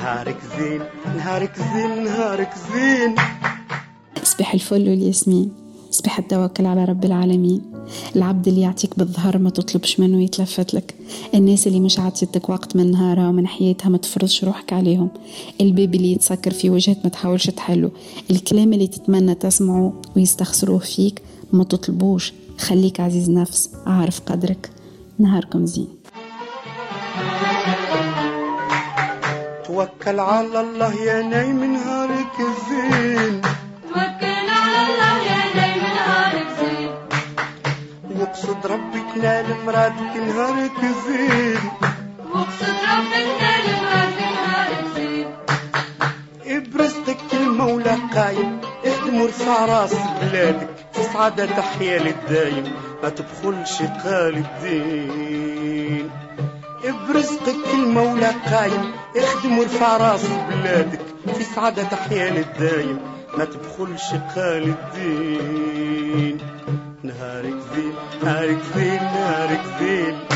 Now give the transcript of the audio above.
نهارك زين نهارك زين نهارك زين. صباح الفل والياسمين، صباح التوكل على رب العالمين. العبد اللي يعطيك بالظهر ما تطلبش منه يتلفت لك، الناس اللي مش عطيتك وقت من نهارها ومن حياتها ما تفرضش روحك عليهم، الباب اللي يتسكر في وجهك ما تحاولش تحله، الكلام اللي تتمنى تسمعه ويستخسروه فيك ما تطلبوش. خليك عزيز نفس، عارف قدرك. نهاركم زين. توكل على الله يا نايم نهارك زين، توكل على الله يا نايم نهارك زين، واقصد ربي تنال مرادك نهارك زين، واقصد ربي تنال مرادك نهارك زين. برزقك المولى قايم، اخدم وارفع راس بلادك، في سعادة تحيا للدايم، ما تبخلش قال الدين. برزقك المولى قايم، اخدم وارفع راس بلادك، في سعادة تحيا للدايم، ما تبخلش قال الدين. نهارك زين نهارك زين نهارك زين.